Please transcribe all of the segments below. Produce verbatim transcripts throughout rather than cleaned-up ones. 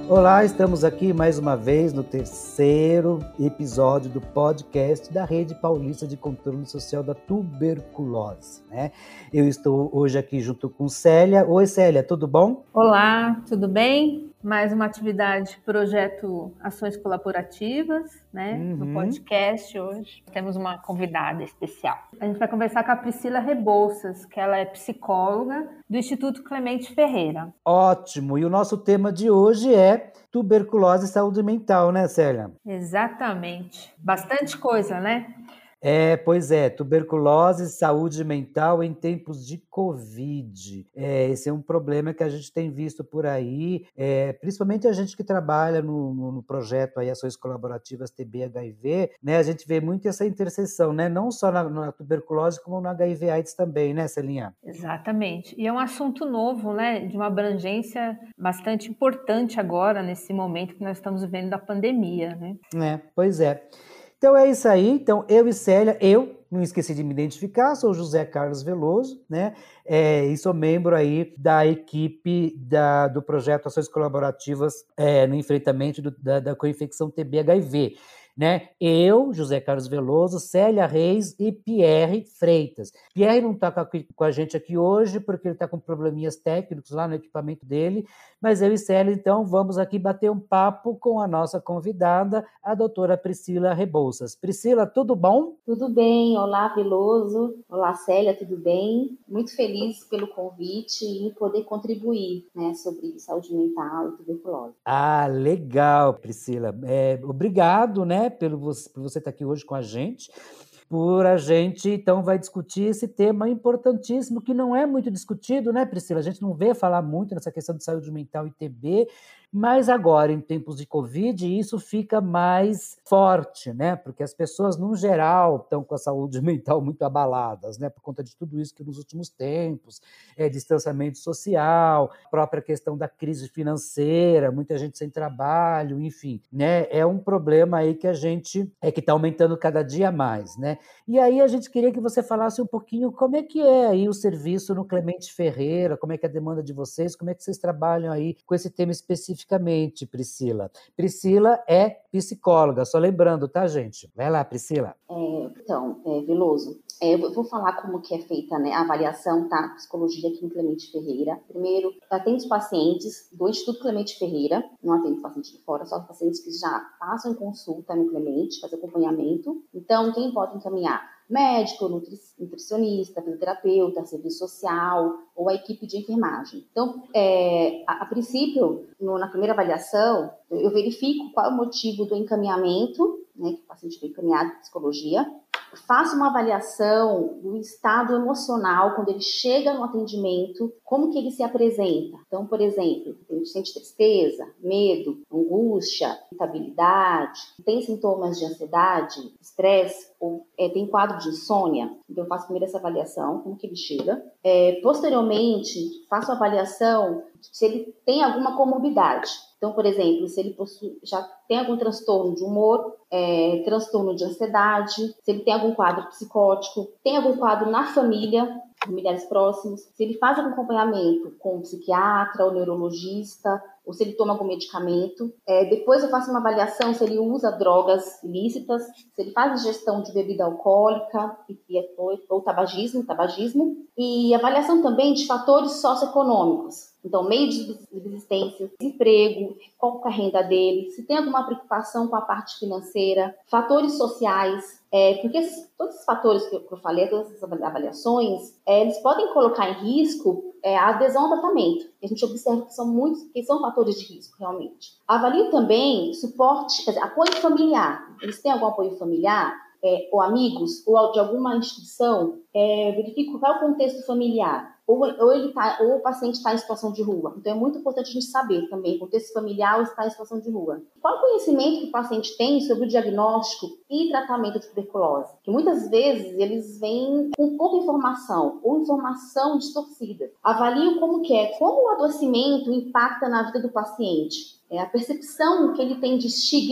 Olá, estamos aqui mais uma vez no terceiro episódio do podcast da Rede Paulista de Controle Social da Tuberculose, né? Eu estou hoje aqui junto com Célia. Oi, Célia, tudo bom? Olá, tudo bem? Mais uma atividade, projeto Ações Colaborativas, né? Uhum. No podcast hoje. Temos uma convidada especial. A gente vai conversar com a Priscila Rebouças, que ela é psicóloga do Instituto Clemente Ferreira. Ótimo! E o nosso tema de hoje é tuberculose e saúde mental, né, Célia? Exatamente. Bastante coisa, né? É, pois é, tuberculose e saúde mental em tempos de Covid. É, esse é um problema que a gente tem visto por aí, é, principalmente a gente que trabalha no, no, no projeto aí, Ações Colaborativas T B H I V, né? A gente vê muito essa interseção, né? Não só na, na tuberculose, como no H I V AIDS também, né, Celinha? Exatamente. E é um assunto novo, né? De uma abrangência bastante importante agora, nesse momento que nós estamos vivendo da pandemia, né? É, pois é. Então é isso aí, então eu e Célia, eu não esqueci de me identificar, sou José Carlos Veloso, né, é, e sou membro aí da equipe da, do projeto Ações Colaborativas é, no enfrentamento do, da, da coinfecção T B H I V, né, eu, José Carlos Veloso, Célia Reis e Pierre Freitas. Pierre não está com, com a gente aqui hoje porque ele está com probleminhas técnicos lá no equipamento dele, mas eu e Célia, então, vamos aqui bater um papo com a nossa convidada, a doutora Priscila Rebouças. Priscila, tudo bom? Tudo bem, olá Veloso, olá Célia, tudo bem? Muito feliz pelo convite e poder contribuir, né, sobre saúde mental e tuberculose. Ah, legal, Priscila. É, obrigado, né, pelo você, por você estar aqui hoje com a gente. Por a gente, então, vai discutir esse tema importantíssimo, que não é muito discutido, né, Priscila? A gente não vê falar muito nessa questão de saúde mental e T B, mas agora, em tempos de Covid, isso fica mais forte, né? Porque as pessoas, no geral, estão com a saúde mental muito abaladas, né? Por conta de tudo isso que nos últimos tempos, é, distanciamento social, própria questão da crise financeira, muita gente sem trabalho, enfim, né? É um problema aí que a gente, é que está aumentando cada dia mais, né? E aí a gente queria que você falasse um pouquinho como é que é aí o serviço no Clemente Ferreira, como é que é a demanda de vocês, como é que vocês trabalham aí com esse tema especificamente, Priscila. Priscila é psicóloga, só lembrando, tá, gente? Vai lá, Priscila. É, então, é, Veloso, é, eu vou falar como que é feita, né, a avaliação, tá, psicologia aqui no Clemente Ferreira. Primeiro, atende os pacientes do Instituto Clemente Ferreira, não atende os pacientes de fora, só os pacientes que já passam em consulta no Clemente, faz acompanhamento. Então, quem pode encaminhar? Médico, nutri- nutricionista, fisioterapeuta, serviço social ou a equipe de enfermagem. Então, é, a, a princípio, no, na primeira avaliação, eu verifico qual é o motivo do encaminhamento, né, que o paciente foi encaminhado para psicologia, faço uma avaliação do estado emocional quando ele chega no atendimento, como que ele se apresenta. Então, por exemplo, ele sente tristeza, medo, angústia, irritabilidade, tem sintomas de ansiedade, estresse, ou é, tem quadro de insônia. Então, eu faço primeiro essa avaliação, como que ele chega. É, posteriormente, faço a avaliação se ele tem alguma comorbidade. Então, por exemplo, se ele possui, já tem algum transtorno de humor, é, transtorno de ansiedade, se ele tem algum quadro psicótico, tem algum quadro na família, familiares próximos, se ele faz algum acompanhamento com um psiquiatra ou neurologista, ou se ele toma algum medicamento. É, depois eu faço uma avaliação se ele usa drogas ilícitas, se ele faz ingestão de bebida alcoólica e, ou, ou tabagismo, tabagismo, e avaliação também de fatores socioeconômicos. Então, meio de subsistência, desemprego, qual é a renda dele, se tem alguma preocupação com a parte financeira, fatores sociais, é, porque esses, todos esses fatores que eu, que eu falei, todas essas avaliações, é, eles podem colocar em risco é, a adesão ao tratamento. A gente observa que são muitos, que são fatores de risco, realmente. Avalio também suporte, quer dizer, apoio familiar. Eles têm algum apoio familiar? É, ou amigos, ou de alguma instituição, é, verifico qual é o contexto familiar. Ou, ou, ele tá, ou o paciente está em situação de rua. Então, é muito importante a gente saber também, contexto familiar ou está em situação de rua. Qual o conhecimento que o paciente tem sobre o diagnóstico e tratamento de tuberculose? Que muitas vezes eles vêm com pouca informação ou informação distorcida. Avalio como que é, como o adoecimento impacta na vida do paciente. É a percepção que ele tem de estigma,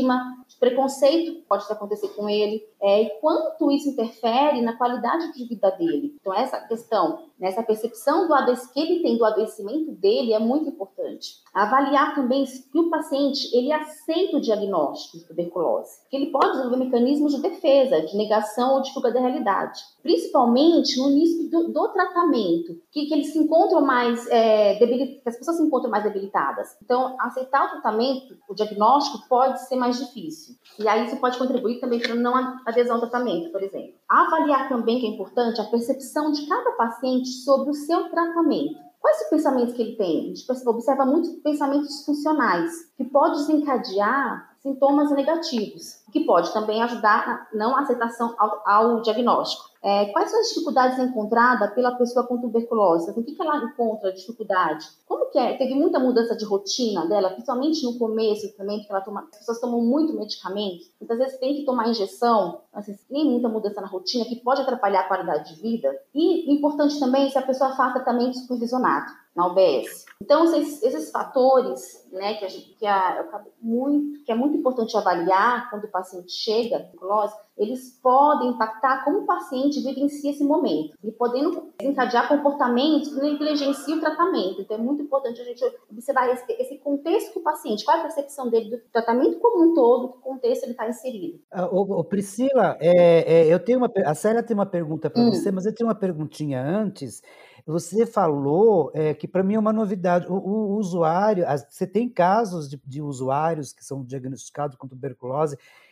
de preconceito que pode acontecer com ele, é, e quanto isso interfere na qualidade de vida dele. Então, essa questão, nessa percepção do adoecimento, que ele tem do adoecimento dele é muito importante. Avaliar também se o paciente ele aceita o diagnóstico de tuberculose, que ele pode desenvolver mecanismos de defesa, de negação ou de fuga da realidade, principalmente no início do, do tratamento, que, que eles se encontram mais é, debilitados, que as pessoas se encontram mais debilitadas. Então, aceitar o tratamento, o diagnóstico pode ser mais difícil. E aí isso pode contribuir também para não adesão ao tratamento, por exemplo. Avaliar também, que é importante, a percepção de cada paciente sobre o seu tratamento. Quais os pensamentos que ele tem? A gente observa muitos pensamentos disfuncionais, que pode desencadear sintomas negativos, que pode também ajudar na não aceitação ao, ao diagnóstico. É, quais são as dificuldades encontradas pela pessoa com tuberculose? Assim, o que, que ela encontra de dificuldade? Como que é? Teve muita mudança de rotina dela, principalmente no começo também, que ela toma, as pessoas tomam muito medicamento, muitas vezes tem que tomar injeção, assim, tem muita mudança na rotina que pode atrapalhar a qualidade de vida. E importante também se a pessoa faz tratamento supervisionado na U B S. Então, esses, esses fatores, né, que, a gente, que, a, muito, que é muito importante avaliar quando o paciente chega à tuberculose, eles podem impactar como o paciente vivencia esse momento, e podendo desencadear comportamentos que negligenciam o tratamento. Então, é muito importante a gente observar esse, esse contexto que o paciente, qual é a percepção dele do tratamento como um todo, que contexto ele está inserido. Ô, ô, Priscila, é, é, eu tenho uma, a Célia tem uma pergunta para hum. você, mas eu tenho uma perguntinha antes. Você falou é, que para mim é uma novidade. O, o, o usuário, as, você tem casos de, de usuários que são diagnosticados com tuberculose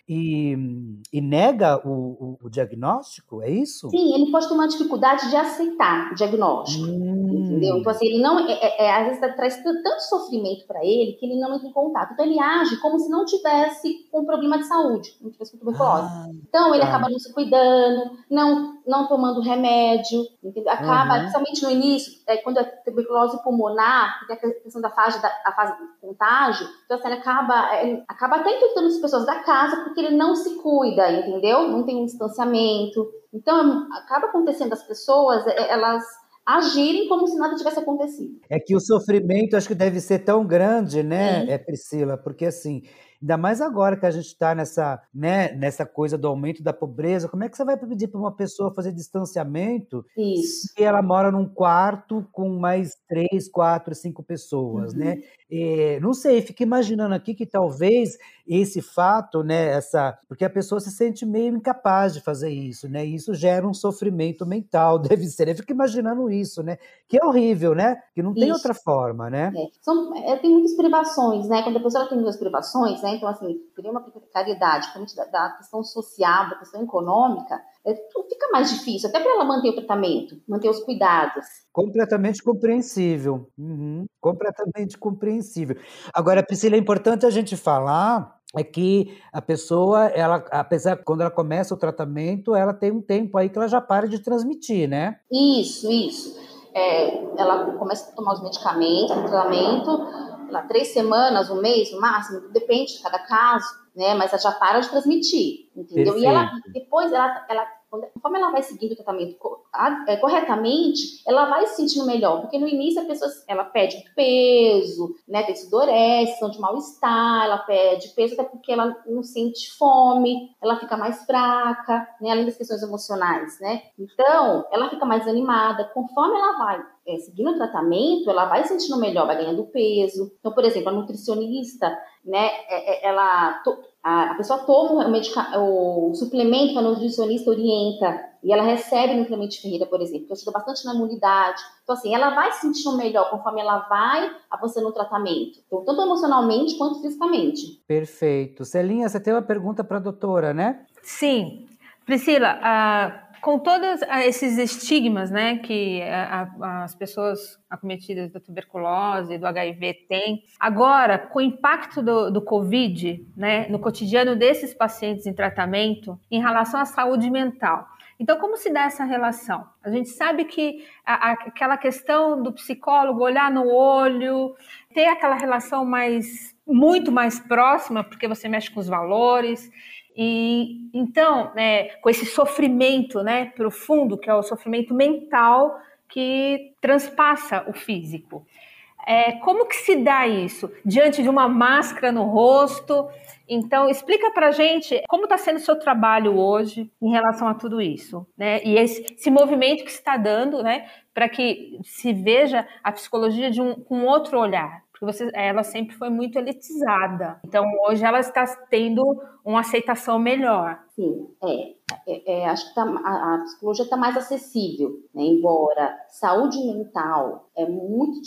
e, e nega o, o, o diagnóstico, é isso? Sim, ele pode ter uma dificuldade de aceitar o diagnóstico, hum. entendeu? Então, assim, ele não, é, é, às vezes traz tanto sofrimento para ele que ele não entra em contato. Então, ele age como se não tivesse um problema de saúde, não tivesse com tuberculose. Ah, então, ele tá. acaba não se cuidando, não, não tomando remédio, entendeu? Acaba, uhum. principalmente no início, é, quando é tuberculose pulmonar, porque a questão da fase, da, a fase de contágio, então, assim, ele acaba, ele acaba até infectando as pessoas da casa, porque ele não se cuida, entendeu? Não tem um distanciamento. Então, acaba acontecendo as pessoas, elas agirem como se nada tivesse acontecido. É que o sofrimento, acho que deve ser tão grande, né, é, Priscila? Porque, assim, ainda mais agora que a gente está nessa, né, nessa coisa do aumento da pobreza, como é que você vai pedir para uma pessoa fazer distanciamento Isso. se ela mora num quarto com mais três, quatro, cinco pessoas, uhum. né? É, não sei, fico imaginando aqui que talvez esse fato, né, essa, porque a pessoa se sente meio incapaz de fazer isso, né? E isso gera um sofrimento mental, deve ser. Eu fico imaginando isso, né? Que é horrível, né? Que não tem isso. outra forma, né? É. São, é, tem muitas privações, né? Quando a pessoa tem muitas privações, né? Então, assim, teria uma precariedade, da, da questão social, da questão econômica, é, fica mais difícil, até para ela manter o tratamento, manter os cuidados. Completamente compreensível. Uhum. Completamente compreensível. Agora, Priscila, é importante a gente falar é que a pessoa, ela, apesar quando ela começa o tratamento, ela tem um tempo aí que ela já para de transmitir, né? Isso, isso. É, ela começa a tomar os medicamentos, o tratamento, lá, três semanas, um mês, no máximo, depende de cada caso, né? Mas ela já para de transmitir, entendeu? Perfeito. E ela, depois, ela, ela, conforme ela vai seguindo o tratamento corretamente, ela vai se sentindo melhor, porque no início a pessoa, ela perde muito peso, né? Tem sudorese, são de mal-estar, ela perde peso até porque ela não sente fome, ela fica mais fraca, né? Além das questões emocionais, né? Então, ela fica mais animada, conforme ela vai é, seguindo o tratamento, ela vai se sentindo melhor, vai ganhando peso. Então, por exemplo, a nutricionista, né, ela, a pessoa toma o, medica, o suplemento que a nutricionista orienta e ela recebe no Clemente Ferreira, por exemplo, que ajuda bastante na imunidade. Então, assim, ela vai se sentindo melhor conforme ela vai avançando no tratamento, então, tanto emocionalmente quanto fisicamente. Perfeito. Celinha, você tem uma pergunta para a doutora, né? Sim. Priscila, a... com todos esses estigmas, né, que a, a, as pessoas acometidas da tuberculose e do H I V têm, agora, com o impacto do, do Covid, né, no cotidiano desses pacientes em tratamento, em relação à saúde mental. Então, como se dá essa relação? A gente sabe que a, a, aquela questão do psicólogo olhar no olho, ter aquela relação mais, muito mais próxima, porque você mexe com os valores. E então, né, com esse sofrimento, né, profundo, que é o sofrimento mental que transpassa o físico. É, como que se dá isso? Diante de uma máscara no rosto? Então, explica pra gente como está sendo o seu trabalho hoje em relação a tudo isso, né? E esse, esse movimento que se está dando, né? Para que se veja a psicologia de um, com outro olhar. Porque você, ela sempre foi muito elitizada. Então, hoje ela está tendo uma aceitação melhor. Sim, é. é, é acho que tá, a, a psicologia está mais acessível, né? Embora saúde mental é muito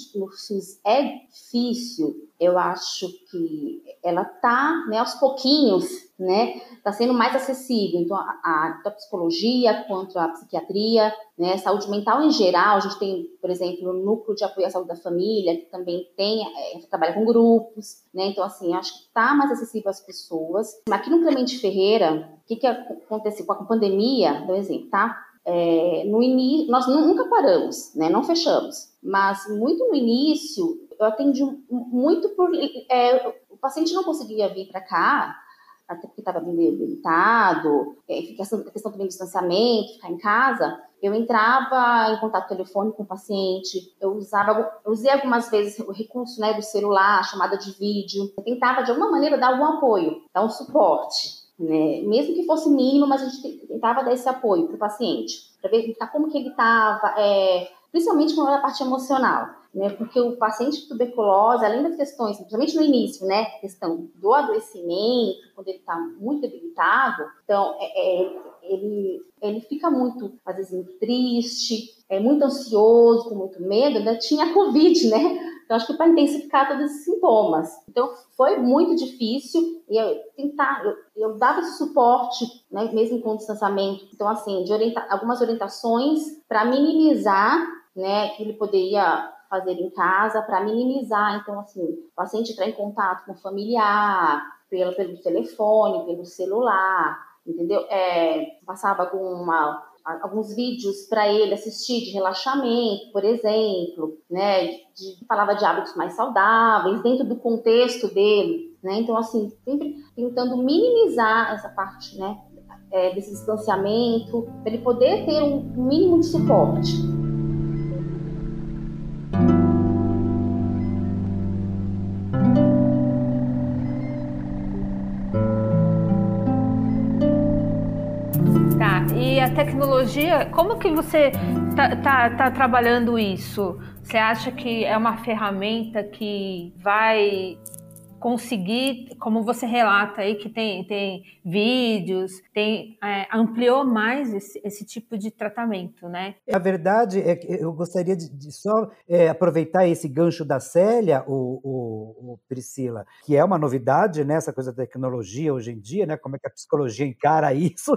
é difícil, eu acho que ela está, né, aos pouquinhos, né, está sendo mais acessível. Então, a, a, a psicologia quanto a psiquiatria, né, saúde mental em geral, a gente tem, por exemplo, o Núcleo de Apoio à Saúde da Família, que também tem, é, trabalha com grupos, né, então, assim, acho que está mais acessível às pessoas. Aqui no Clemente Ferreira, o que, que aconteceu com a pandemia, por exemplo, tá? É, no início, nós nunca paramos, né, não fechamos, mas muito no início, eu atendi muito por... É, o paciente não conseguia vir para cá, até porque estava bem debilitado, é, questão, questão também de distanciamento, ficar em casa. Eu entrava em contato telefônico com o paciente, eu usava, eu usei algumas vezes o recurso, né, do celular, chamada de vídeo. Eu tentava, de alguma maneira, dar algum apoio, dar um suporte, né? Mesmo que fosse mínimo, mas a gente tentava dar esse apoio para o paciente, para verificar como que ele estava, é, principalmente com a parte emocional, né? Porque o paciente de tuberculose, além das questões, principalmente no início, né, questão do adoecimento, quando ele está muito debilitado, então é, é, ele, ele fica muito, às vezes, triste, é, muito ansioso, com muito medo, ainda tinha a Covid, né? Então, acho que para intensificar todos esses sintomas. Então, foi muito difícil e eu tentar, eu, eu dava esse suporte, né, mesmo com o distanciamento. Então, assim, de orienta, algumas orientações para minimizar, né, que ele poderia fazer em casa, para minimizar. Então, assim, o paciente entrar em contato com o familiar, pelo, pelo telefone, pelo celular, entendeu? É, passava alguma... alguns vídeos para ele assistir de relaxamento, por exemplo, né, de, de, falava de hábitos mais saudáveis, dentro do contexto dele, né, então, assim, sempre tentando minimizar essa parte, né, é, desse distanciamento, para ele poder ter um mínimo de suporte. E a tecnologia, como que você tá, tá, tá trabalhando isso? Você acha que é uma ferramenta que vai conseguir, como você relata aí, que tem, tem vídeos, tem, é, ampliou mais esse, esse tipo de tratamento, né? A verdade é que eu gostaria de, de só é, aproveitar esse gancho da Célia, o, o, o Priscila, que é uma novidade, né, essa coisa da tecnologia hoje em dia, né, como é que a psicologia encara isso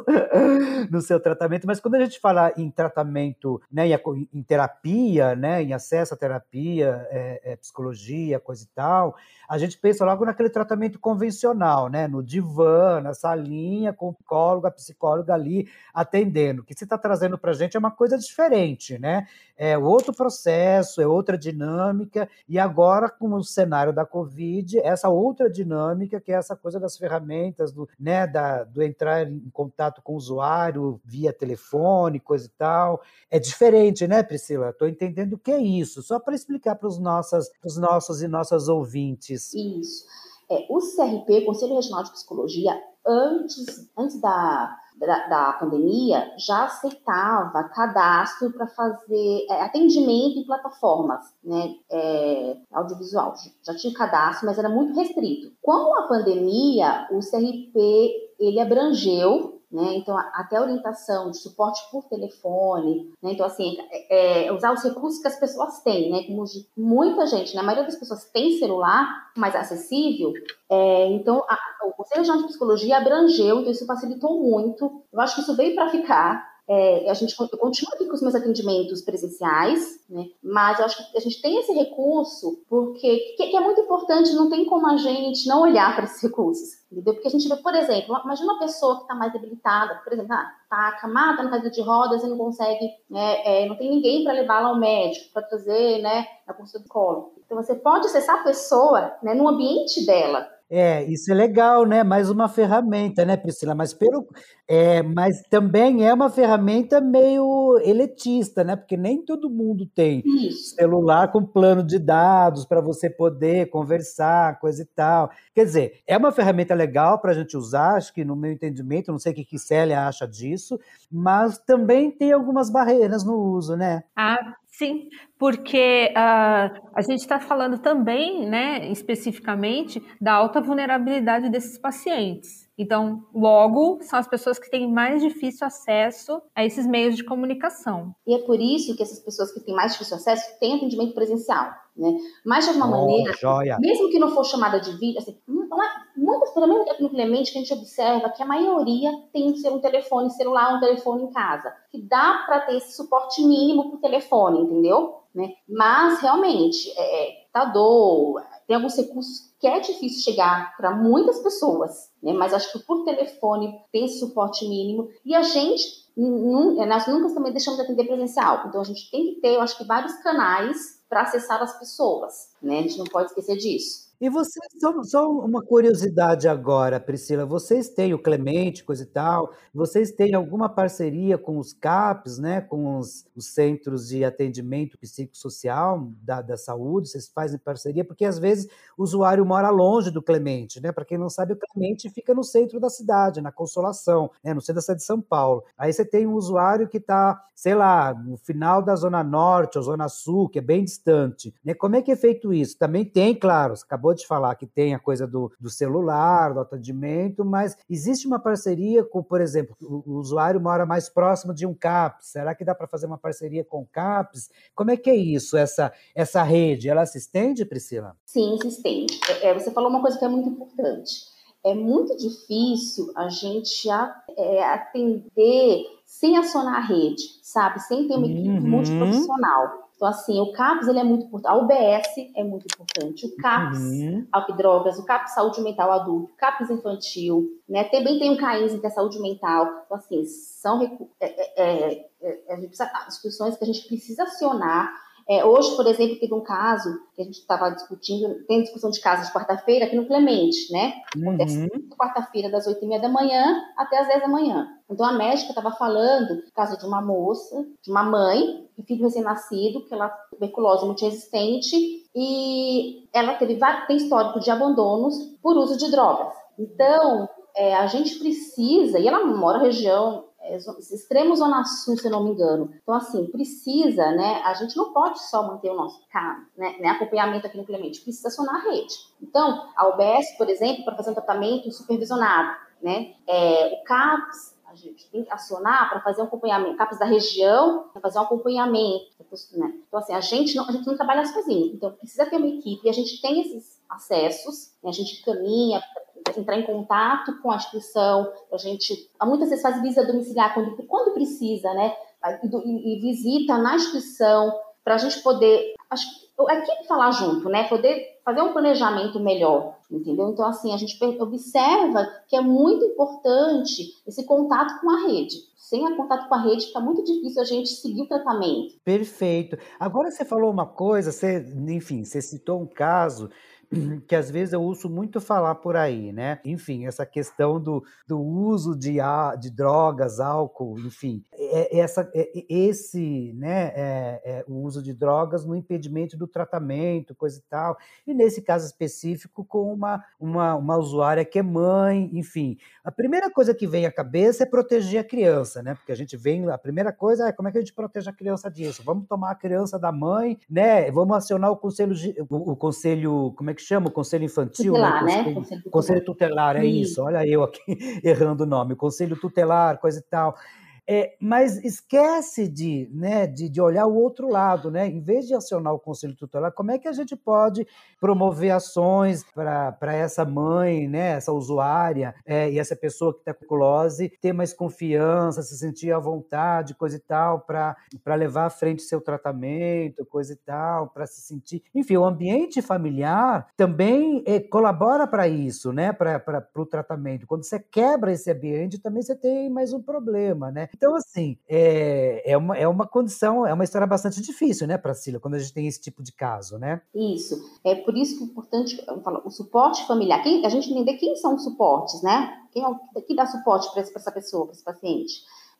no seu tratamento, mas quando a gente fala em tratamento, né, em, em terapia, né, em acesso à terapia, é, é, psicologia, coisa e tal, a gente pensa logo naquele tratamento convencional, né, no divã, na salinha, com o psicólogo, a psicóloga ali atendendo. O que você está trazendo para a gente é uma coisa diferente, né? É outro processo, é outra dinâmica, e agora, com o cenário da Covid, essa outra dinâmica, que é essa coisa das ferramentas, do, né, da, do entrar em contato com o usuário via telefone, coisa e tal. É diferente, né, Priscila? Estou entendendo o que é isso, só para explicar para os nossos, os nossos e nossas ouvintes. Isso. É, o C R P, Conselho Regional de Psicologia, antes, antes da, da, da pandemia, já aceitava cadastro para fazer é, atendimento em plataformas, né, é, audiovisual. Já tinha cadastro, mas era muito restrito. Com a pandemia, o C R P ele abrangeu, né, então até a orientação de suporte por telefone, né, então assim, é, é, usar os recursos que as pessoas têm, né, como muita gente, né, a maioria das pessoas tem celular mais acessível, é, então a, o Conselho Regional de Psicologia abrangeu, então isso facilitou muito, eu acho que isso veio para ficar. É, a gente eu continuo aqui com os meus atendimentos presenciais, né, mas eu acho que a gente tem esse recurso porque que, que é muito importante, não tem como a gente não olhar para esses recursos, entendeu? Porque a gente vê, por exemplo, imagina uma pessoa que está mais debilitada, por exemplo, está acamada na cadeira de rodas e não consegue, né, é, não tem ninguém para levá-la ao médico, para trazer, né, na consulta do colo. Então você pode acessar a pessoa, né, no ambiente dela. É, isso é legal, né? Mais uma ferramenta, né, Priscila? Mas, pelo, é, mas também é uma ferramenta meio muito elitista, né? Porque nem todo mundo tem Isso. celular com plano de dados para você poder conversar, coisa e tal. Quer dizer, é uma ferramenta legal para a gente usar, acho que no meu entendimento, não sei o que que Célia acha disso, mas também tem algumas barreiras no uso, né? Ah, sim, porque uh, a gente está falando também, né, especificamente, da alta vulnerabilidade desses pacientes. Então, logo, são as pessoas que têm mais difícil acesso a esses meios de comunicação. E é por isso que essas pessoas que têm mais difícil acesso têm atendimento presencial, né? Mas, de alguma Oh, maneira, joia. mesmo que não for chamada de vídeo, assim, muitas, pelo menos aqui no Clemente, que a gente observa que a maioria tem um telefone celular, um telefone em casa, que dá para ter esse suporte mínimo por telefone, entendeu? Né? Mas, realmente, é, tá dor, tem alguns recursos que é difícil chegar para muitas pessoas, né? Mas acho que por telefone tem esse suporte mínimo e a gente, nós nunca também deixamos de atender presencial, então a gente tem que ter, eu acho que, vários canais para acessar as pessoas, né? A gente não pode esquecer disso. E vocês, só, só uma curiosidade agora, Priscila, vocês têm o Clemente, coisa e tal, vocês têm alguma parceria com os CAPs, né, com os, os Centros de Atendimento Psicossocial da, da Saúde, vocês fazem parceria? Porque às vezes o usuário mora longe do Clemente, né? Para quem não sabe, o Clemente fica no centro da cidade, na Consolação, né, no centro da cidade de São Paulo. Aí você tem um usuário que está, sei lá, no final da Zona Norte ou Zona Sul, que é bem distante, né? Como é que é feito isso? Também tem, claro, você acabou de falar que tem a coisa do, do celular, do atendimento, mas existe uma parceria com, por exemplo, o, o usuário mora mais próximo de um CAPS, será que dá para fazer uma parceria com o CAPS? Como é que é isso, essa, essa rede? Ela se estende, Priscila? Sim, se estende. É, você falou uma coisa que é muito importante. É muito difícil a gente é, atender sem acionar a rede, sabe? Sem ter uma equipe Uhum. multiprofissional. Então, assim, o CAPS, ele é muito importante. A U B S é muito importante. O CAPS, Uhum. Alpidrogas, o CAPS Saúde Mental Adulto, o CAPS Infantil, né? Também tem o CAINS, que é Saúde Mental. Então, assim, são é, é, é, é, instituições que a gente precisa acionar. É, hoje, por exemplo, teve um caso que a gente estava discutindo, tem discussão de casos de quarta-feira aqui no Clemente, né? Acontece Uhum. quarta-feira, das oito e meia da manhã até as dez da manhã. Então, a médica estava falando do caso de uma moça, de uma mãe, de filho recém-nascido, que ela tem tuberculose multiresistente, e ela teve tem histórico de abandonos por uso de drogas. Então, é, a gente precisa, e ela mora na região É, extremo Zona Sul, se eu não me engano. Então, assim, precisa, né? A gente não pode só manter o nosso né, né, acompanhamento aqui no Clemente, precisa acionar a rede. Então, a U B S, por exemplo, para fazer um tratamento supervisionado, né? É, o CAPS, a gente tem que acionar para fazer um acompanhamento, CAPS da região, para fazer um acompanhamento, né? Então, assim, a gente, não, a gente não trabalha sozinho, então precisa ter uma equipe, e a gente tem esses acessos, né? A gente caminha, entrar em contato com a instituição, a gente muitas vezes faz visita domiciliar quando, quando precisa, né? E, e visita na instituição para a gente poder, acho que a equipe falar junto, né? Poder fazer um planejamento melhor, entendeu? Então, assim, a gente observa que é muito importante esse contato com a rede. Sem o contato com a rede, fica muito difícil a gente seguir o tratamento. Perfeito. Agora você falou uma coisa, você, enfim, você citou um caso que às vezes eu ouço muito falar por aí, né? Enfim, essa questão do, do uso de, de drogas, álcool, enfim, é, essa, é, esse, né, é, é, o uso de drogas no impedimento do tratamento, coisa e tal. E nesse caso específico, com uma, uma, uma usuária que é mãe, enfim. A primeira coisa que vem à cabeça é proteger a criança, né? Porque a gente vem, a primeira coisa é como é que a gente protege a criança disso? Vamos tomar a criança da mãe, né? Vamos acionar o conselho, o, o conselho, como é que chama? O conselho infantil, tutelar, né? né? Conselho, conselho tutelar. Conselho tutelar, é isso. isso. Olha eu aqui errando o nome. Conselho tutelar, coisa e tal. É, mas esquece de, né, de, de olhar o outro lado, né? Em vez de acionar o Conselho Tutelar, como é que a gente pode promover ações para essa mãe, né, essa usuária, é, e essa pessoa que está com tuberculose ter mais confiança, se sentir à vontade, coisa e tal, para levar à frente seu tratamento, coisa e tal, para se sentir... Enfim, o ambiente familiar também é, colabora para isso, né, para o tratamento. Quando você quebra esse ambiente, também você tem mais um problema, né? Então, assim, é, é, uma, é uma condição, é uma história bastante difícil, né, Priscila, quando a gente tem esse tipo de caso, né? Isso. É por isso que é importante, eu falo, o suporte familiar, quem, a gente entender quem são os suportes, né? Quem, é o, quem dá suporte para essa pessoa, para esse paciente.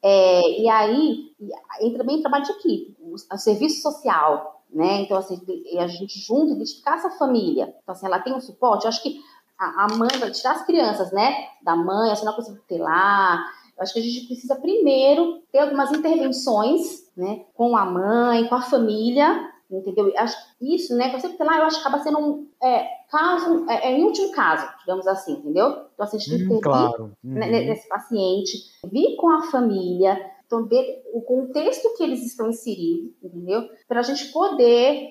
É, e aí entra também o trabalho de equipe, o, o serviço social, né? Então, assim, a gente junto identificar essa família. Então, assim, ela tem um suporte. Eu acho que a, a mãe vai tirar as crianças, né? Da mãe, assim, não consegue ter lá. Eu acho que a gente precisa primeiro ter algumas intervenções, né? Com a mãe, com a família, entendeu? Eu acho que isso, né? Você ter lá, eu acho que acaba sendo um é, caso, é, é em último caso, digamos assim, entendeu? Então, assim, a gente tem que Hum, intervir claro. Uhum. nesse paciente, vir com a família, então ver o contexto que eles estão inseridos, entendeu? Para a gente poder,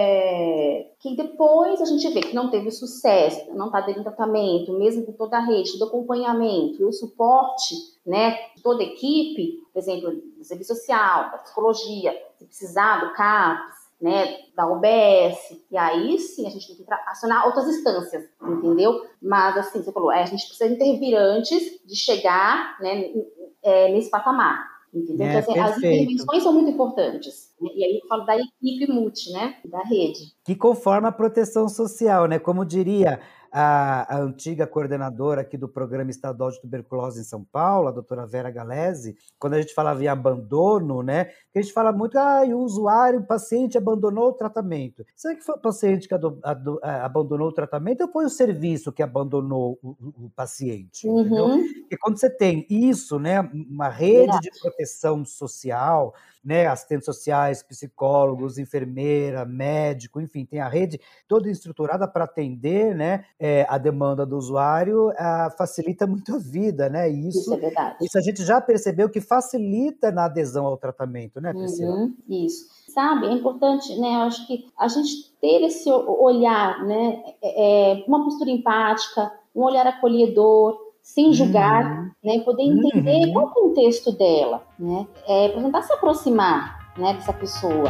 é, que depois a gente vê que não teve sucesso, não está dando tratamento, mesmo com toda a rede, do acompanhamento e o suporte, né, de toda a equipe, por exemplo, do serviço social, da psicologia, se precisar do CAPS, né, da U B S, e aí sim a gente tem que acionar outras instâncias, entendeu? Mas assim, você falou, é, a gente precisa intervir antes de chegar, né, é, nesse patamar, entendeu? É, Então, assim, as intervenções são muito importantes, né? E aí eu falo da equipe multi, né, da rede. Que conforma a proteção social, né? Como diria a, a antiga coordenadora aqui do Programa Estadual de Tuberculose em São Paulo, a doutora Vera Galese, quando a gente falava em abandono, né? Que a gente fala muito, ah, o usuário, o paciente abandonou o tratamento. Será que foi o paciente que ado, ado, abandonou o tratamento ou foi o serviço que abandonou o, o, o paciente? Uhum. Entendeu? Porque quando você tem isso, né? Uma rede Verdade. de proteção social, né, assistentes sociais, psicólogos, enfermeira, médico, enfim, tem a rede toda estruturada para atender, né, é, a demanda do usuário, a, facilita muito a vida, né? E isso, isso é verdade. Isso a gente já percebeu que facilita na adesão ao tratamento, né, Priscila? Uhum, isso. Sabe, é importante, né? Eu acho que a gente ter esse olhar, né? É, uma postura empática, um olhar acolhedor, sem julgar, uhum. né, poder entender uhum. qual é o contexto dela, né, é, para tentar se aproximar, né, dessa pessoa.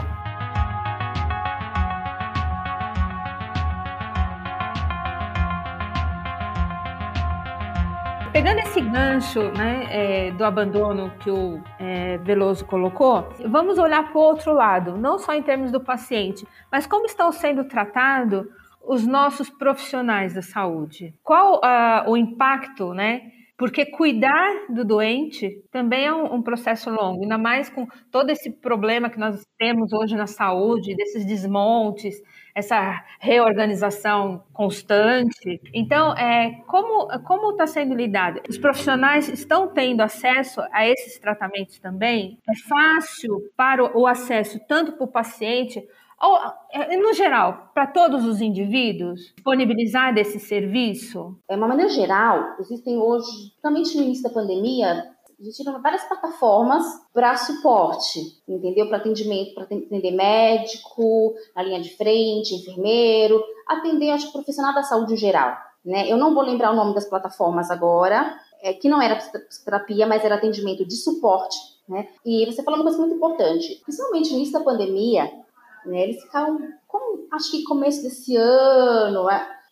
Pegando esse gancho, né, é, do abandono que o é, Veloso colocou, vamos olhar para o outro lado, não só em termos do paciente, mas como estão sendo tratados os nossos profissionais da saúde. Qual uh, o impacto, né? Porque cuidar do doente também é um, um processo longo, ainda mais com todo esse problema que nós temos hoje na saúde, desses desmontes, essa reorganização constante. Então, é, como como está sendo lidado? Os profissionais estão tendo acesso a esses tratamentos também? É fácil para o acesso tanto para o paciente, ou, no geral, para todos os indivíduos, disponibilizar desse serviço? De uma maneira geral, existem hoje, principalmente no início da pandemia, existiram várias plataformas para suporte, entendeu? Para atendimento, para atender médico, na linha de frente, enfermeiro, atender, acho, profissional da saúde em geral, né? Eu não vou lembrar o nome das plataformas agora, é, que não era psicoterapia, mas era atendimento de suporte, né? E você falou uma coisa muito importante, principalmente no início da pandemia, né, eles ficaram, como, acho que começo desse ano,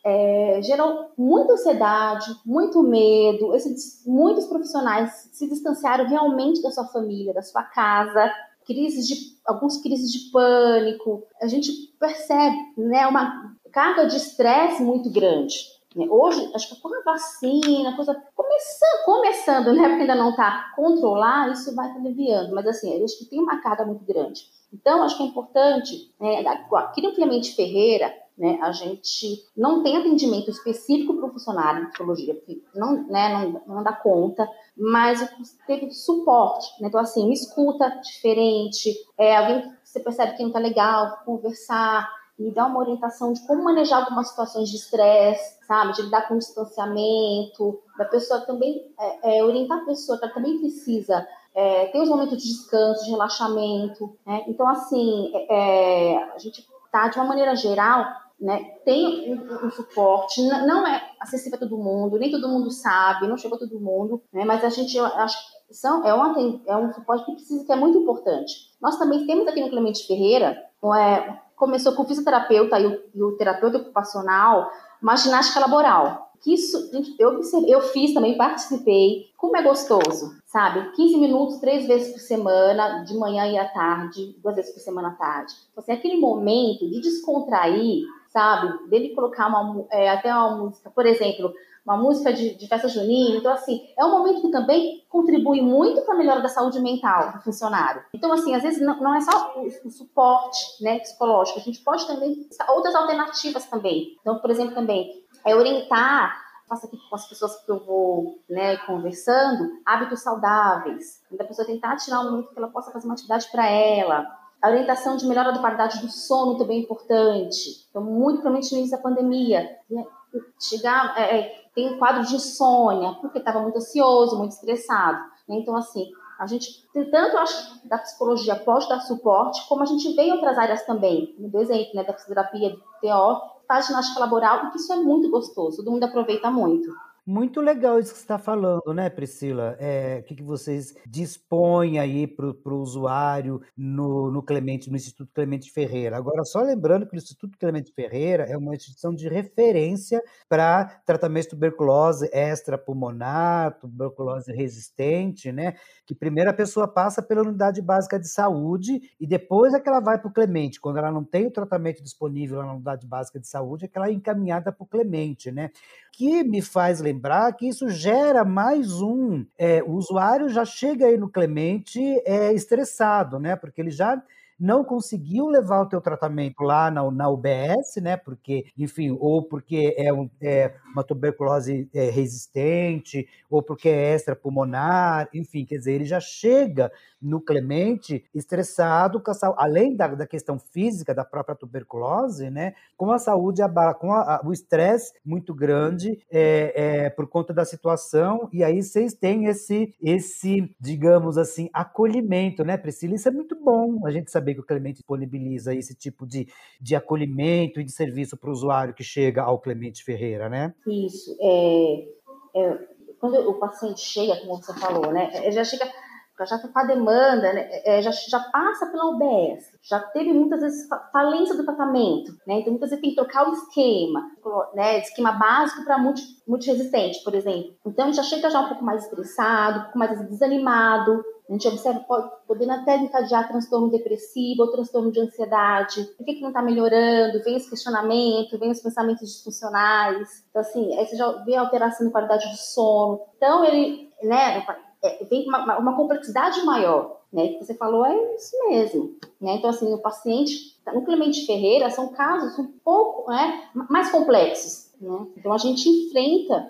é, gerou muita ansiedade, muito medo, esses, muitos profissionais se distanciaram realmente da sua família, da sua casa, crises de, alguns crises de pânico, a gente percebe, né, uma carga de estresse muito grande. Hoje, acho que com a vacina, a coisa começando, começando, né, porque ainda não está controlada, isso vai aliviando, mas assim, eu acho que tem uma carga muito grande. Então, acho que é importante, né, aqui no Clemente Ferreira, né, a gente não tem atendimento específico para o funcionário de psicologia, porque não, né, não, não dá conta, mas teve suporte, né, então assim, uma escuta diferente, é, alguém que você percebe que não está legal, conversar, e dar uma orientação de como manejar algumas situações de estresse, sabe, de lidar com distanciamento, da pessoa também, é, é, orientar a pessoa que ela também precisa É, tem os momentos de descanso, de relaxamento, né? Então, assim, é, a gente tá, de uma maneira geral, né, tem um, um suporte, não é acessível a todo mundo, nem todo mundo sabe, não chegou a todo mundo, né? Mas a gente, eu acho que são, é, uma, é um suporte que precisa, que é muito importante. Nós também temos aqui no Clemente Ferreira, é, começou com o fisioterapeuta e o, e o terapeuta ocupacional, uma ginástica laboral. Que isso, gente, eu, eu fiz também, participei, como é gostoso, sabe? quinze minutos, três vezes por semana, de manhã e à tarde, duas vezes por semana à tarde. Então, assim, aquele momento de descontrair, sabe? Dele colocar uma, é, até uma música, por exemplo, uma música de, de festa junina. Então, assim, é um momento que também contribui muito para a melhora da saúde mental do funcionário. Então, assim, às vezes não, não é só o, o suporte, né, psicológico, a gente pode também, outras alternativas também. Então, por exemplo, também, é orientar, faço aqui com as pessoas que eu vou, né, conversando, hábitos saudáveis. Da pessoa tentar tirar um momento que ela possa fazer uma atividade para ela. A orientação de melhora da qualidade do sono também é importante. Então, muito provavelmente no início da pandemia, né, chegar, é, é, tem um quadro de insônia, porque estava muito ansioso, muito estressado. Né? Então, assim, a gente, tanto eu acho que da psicologia pode dar suporte, como a gente vê em outras áreas também. No exemplo, né, da psicoterapia, do T O, faz ginástica laboral, e que isso é muito gostoso, todo mundo aproveita muito. Muito legal isso que você está falando, né, Priscila? É, o que, que vocês dispõem aí para o usuário no, no Clemente, no Instituto Clemente Ferreira. Agora, só lembrando que o Instituto Clemente Ferreira é uma instituição de referência para tratamento de tuberculose extrapulmonar, tuberculose resistente, né? Que primeiro a pessoa passa pela unidade básica de saúde e depois é que ela vai para o Clemente. Quando ela não tem o tratamento disponível na unidade básica de saúde, é que ela é encaminhada para o Clemente, né? Que me faz lembrar que isso gera mais um... É, o usuário já chega aí no Clemente é, estressado, né? Porque ele já não conseguiu levar o teu tratamento lá na, na U B S, né? Porque, enfim, ou porque é, um, é uma tuberculose é, resistente, ou porque é extrapulmonar, enfim, quer dizer, ele já chega no Clemente estressado, com a, além da, da questão física da própria tuberculose, né? Com a saúde, com a, a, o estresse muito grande é, é, por conta da situação, e aí vocês têm esse, esse, digamos assim, acolhimento, né, Priscila? Isso é muito bom, a gente saber que o Clemente disponibiliza esse tipo de, de acolhimento e de serviço para o usuário que chega ao Clemente Ferreira, né? Isso. É, é, quando o paciente chega, como você falou, né, já chega... já está com a demanda, né, é, já, já passa pela U B S, já teve muitas vezes falência do tratamento, né, então muitas vezes tem que trocar o esquema, né, esquema básico para multi, multiresistente, por exemplo. Então já chega já um pouco mais estressado, um pouco mais desanimado, a gente observa pode, podendo até encadear transtorno depressivo ou transtorno de ansiedade. Por que, que não está melhorando? Vem os questionamentos, vem os pensamentos disfuncionais. Então, assim, aí você já vê a alteração na qualidade do sono. Então, ele, né, É, vem uma, uma complexidade maior, né? O que você falou é isso mesmo, né? Então, assim, o paciente, no Clemente Ferreira, são casos um pouco, né, mais complexos, né? Então, a gente enfrenta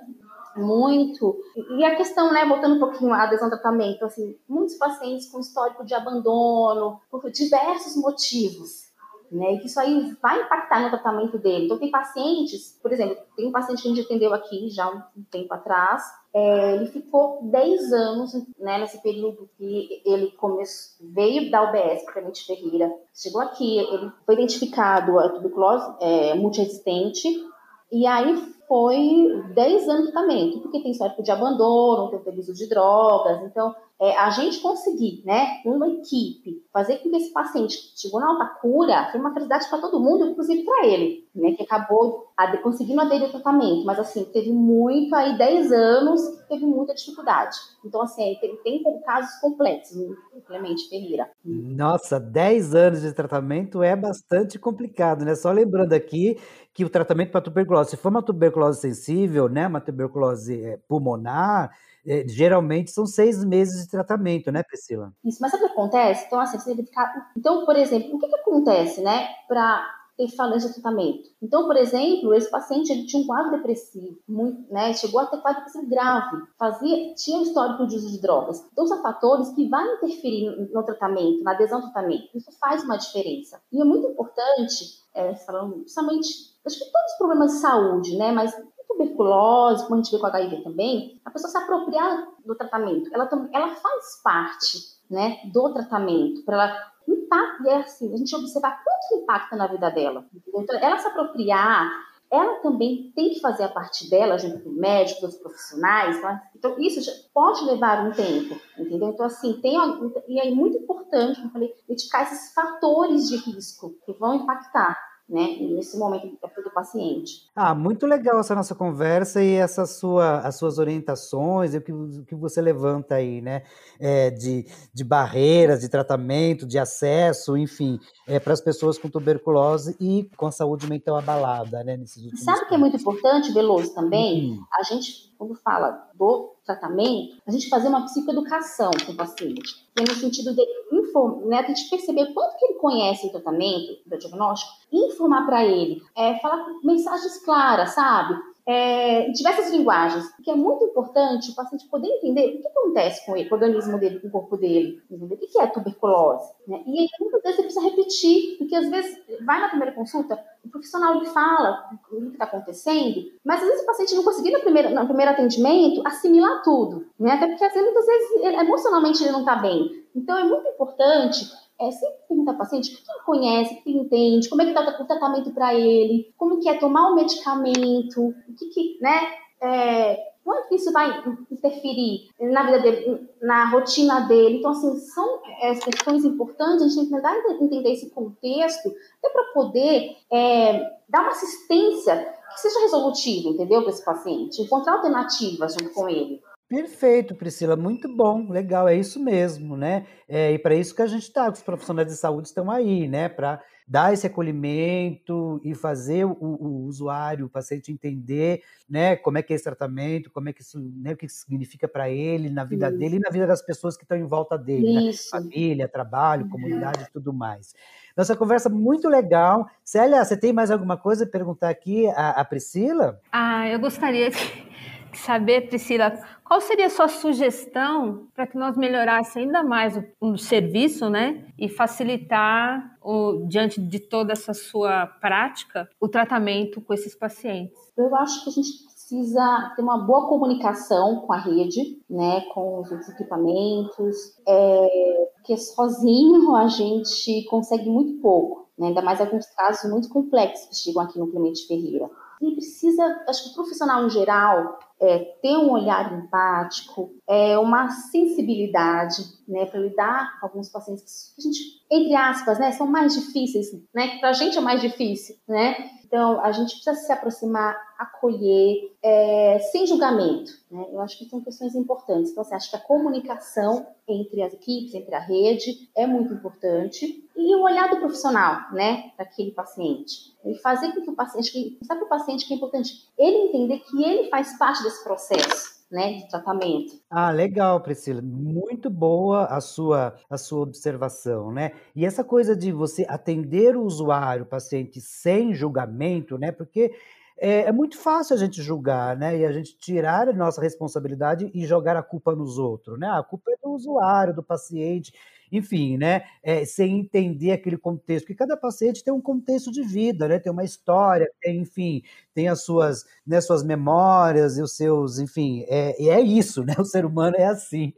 muito. E a questão, né, voltando um pouquinho à adesão ao tratamento, assim, muitos pacientes com histórico de abandono, por diversos motivos, né, e que isso aí vai impactar no tratamento dele. Então, tem pacientes, por exemplo, tem um paciente que a gente atendeu aqui já um tempo atrás, é, ele ficou dez anos, né, nesse período que ele começou, veio da U B S, Clemente Ferreira, chegou aqui, ele foi identificado a tuberculose é, multiresistente, e aí foi dez anos de tratamento, porque tem histórico de abandono, tem uso de drogas. Então, é, a gente conseguir, né, uma equipe, fazer com que esse paciente chegou na alta cura, foi uma felicidade para todo mundo, inclusive para ele, né, que acabou conseguindo aderir ao tratamento. Mas, assim, teve muito, aí dez anos, teve muita dificuldade. Então, assim, tem, tem casos complexos no Clemente Ferreira. Nossa, dez anos de tratamento é bastante complicado, né? Só lembrando aqui que o tratamento para tuberculose, se for uma tuberculose sensível, né, uma tuberculose pulmonar, é, geralmente são seis meses de tratamento, né, Priscila? Isso, mas sabe o que acontece? Então, assim, você deve ficar... Então, por exemplo, o que, que acontece, né, para ter falência de tratamento? Então, por exemplo, esse paciente ele tinha um quadro depressivo, muito, né, chegou a ter quadro depressivo grave, fazia, tinha um histórico de uso de drogas. Então, são fatores que vão interferir no, no tratamento, na adesão ao tratamento. Isso faz uma diferença. E é muito importante, é, falando principalmente, acho que todos os problemas de saúde, né, mas tuberculose, como a gente vê com H I V também, a pessoa se apropriar do tratamento, ela, ela faz parte, né, do tratamento, para ela impactar, e é assim, a gente observar quanto impacta na vida dela. Entendeu? Então, ela se apropriar, ela também tem que fazer a parte dela, junto com o médico, dos profissionais, tá? Então isso já pode levar um tempo, entendeu? Então, assim, tem, e é muito importante, como eu falei, identificar esses fatores de risco que vão impactar, né, nesse momento o paciente. Ah, muito legal essa nossa conversa e essa sua, as suas orientações e o que, o que você levanta aí, né? É, de, de barreiras, de tratamento, de acesso, enfim, é, para as pessoas com tuberculose e com a saúde mental abalada, né? Nesses últimos Sabe o que é muito tempos. importante, Veloso, também? Hum. A gente, quando fala do tratamento, a gente fazer uma psicoeducação com o paciente, que é no sentido de informar, né, a gente perceber quanto que ele conhece o tratamento, do diagnóstico, informar para ele, é, falar com mensagens claras, sabe? É, em diversas linguagens, porque é muito importante o paciente poder entender o que acontece com ele, com o organismo dele, com o corpo dele, entender o que é tuberculose, né? E aí, muitas vezes, você precisa repetir, porque às vezes, vai na primeira consulta, o profissional ele fala o que está acontecendo, mas às vezes o paciente não conseguiu, na primeira, no primeiro atendimento, assimilar tudo, né? Até porque, às vezes, muitas vezes, ele, emocionalmente, ele não está bem. Então, é muito importante É sempre perguntar ao paciente o que ele conhece, o que ele entende, como é que está o tratamento para ele, como que é tomar o medicamento, o que, que né, é, quanto que isso vai interferir na vida dele, na rotina dele. Então, assim, são é, questões importantes, a gente tem que tentar entender esse contexto, até para poder é, dar uma assistência que seja resolutiva, entendeu, para esse paciente, encontrar alternativas junto com ele. Perfeito, Priscila, muito bom, legal, é isso mesmo, né? É, e para isso que a gente está, os profissionais de saúde estão aí, né? Para dar esse acolhimento e fazer o, o usuário, o paciente entender, né? Como é que é esse tratamento, como é que isso, né? O que isso significa para ele, na vida Isso. dele e na vida das pessoas que estão em volta dele, né? Isso. Família, trabalho, comunidade e tudo mais. Nossa conversa muito legal. Célia, você tem mais alguma coisa a perguntar aqui à, à Priscila? Ah, eu gostaria de saber, Priscila, qual seria a sua sugestão para que nós melhorássemos ainda mais o, o serviço, né? E facilitar, o, diante de toda essa sua prática, o tratamento com esses pacientes? Eu acho que a gente precisa ter uma boa comunicação com a rede, né? Com os outros equipamentos, é, porque sozinho a gente consegue muito pouco, né? Ainda mais alguns casos muito complexos que chegam aqui no Clemente Ferreira. E precisa, acho que o profissional em geral, é, ter um olhar empático, é, uma sensibilidade, né, para lidar com alguns pacientes que a gente, entre aspas, né, são mais difíceis, né, que para a gente é mais difícil, né? Então, a gente precisa se aproximar, acolher, é, sem julgamento, né? Eu acho que são questões importantes. Então, assim, acho que a comunicação entre as equipes, entre a rede, é muito importante. E o olhar do profissional, né, para aquele paciente. E fazer com que o paciente, mostrar para o paciente que é importante ele entender que ele faz parte desse processo, né, de tratamento. Ah, legal, Priscila. Muito boa a sua, a sua observação, né? E essa coisa de você atender o usuário, o paciente, sem julgamento, né? Porque é, é muito fácil a gente julgar, né? E a gente tirar a nossa responsabilidade e jogar a culpa nos outros, né? A culpa é do usuário, do paciente. Enfim, né, é, sem entender aquele contexto, porque cada paciente tem um contexto de vida, né, tem uma história, tem, enfim, tem as suas, né, suas memórias e os seus, enfim, é, e é isso, né, o ser humano é assim.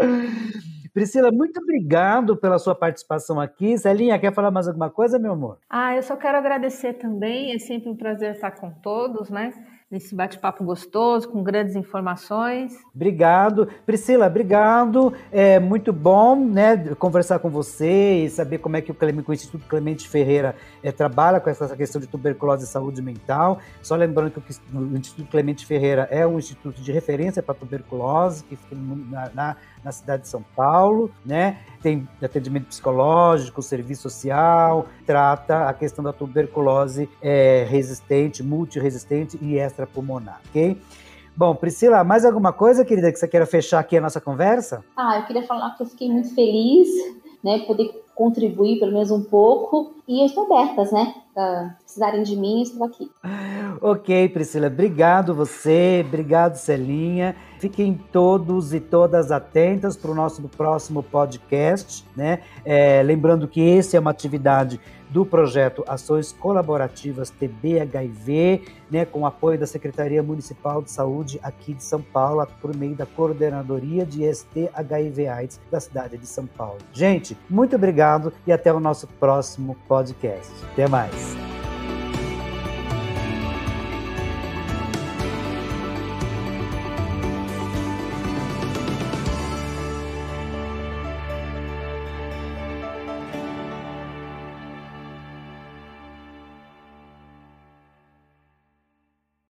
Priscila, muito obrigado pela sua participação aqui. Celinha, quer falar mais alguma coisa, meu amor? Ah, eu só quero agradecer também, é sempre um prazer estar com todos, né? Nesse bate-papo gostoso, com grandes informações. Obrigado. Priscila, obrigado. É muito bom, né, conversar com você e saber como é que o, o Instituto Clemente Ferreira é, trabalha com essa questão de tuberculose e saúde mental. Só lembrando que o, o Instituto Clemente Ferreira é um instituto de referência para tuberculose, que fica na, na, na cidade de São Paulo, né? Tem atendimento psicológico, serviço social, trata a questão da tuberculose é, resistente, multiresistente e extrapulmonar, ok? Bom, Priscila, mais alguma coisa, querida, que você queira fechar aqui a nossa conversa? Ah, eu queria falar que eu fiquei muito feliz, né, poder contribuir pelo menos um pouco, e eu estou abertas, né, para precisarem de mim, eu estou aqui. Ok, Priscila, obrigado você, obrigado, Celinha. Fiquem todos e todas atentas para o nosso próximo podcast, né? É, lembrando que esse é uma atividade do projeto Ações Colaborativas T B H I V, né, com o apoio da Secretaria Municipal de Saúde aqui de São Paulo, por meio da Coordenadoria de S T H I V AIDS da cidade de São Paulo. Gente, muito obrigado e até o nosso próximo podcast. Até mais.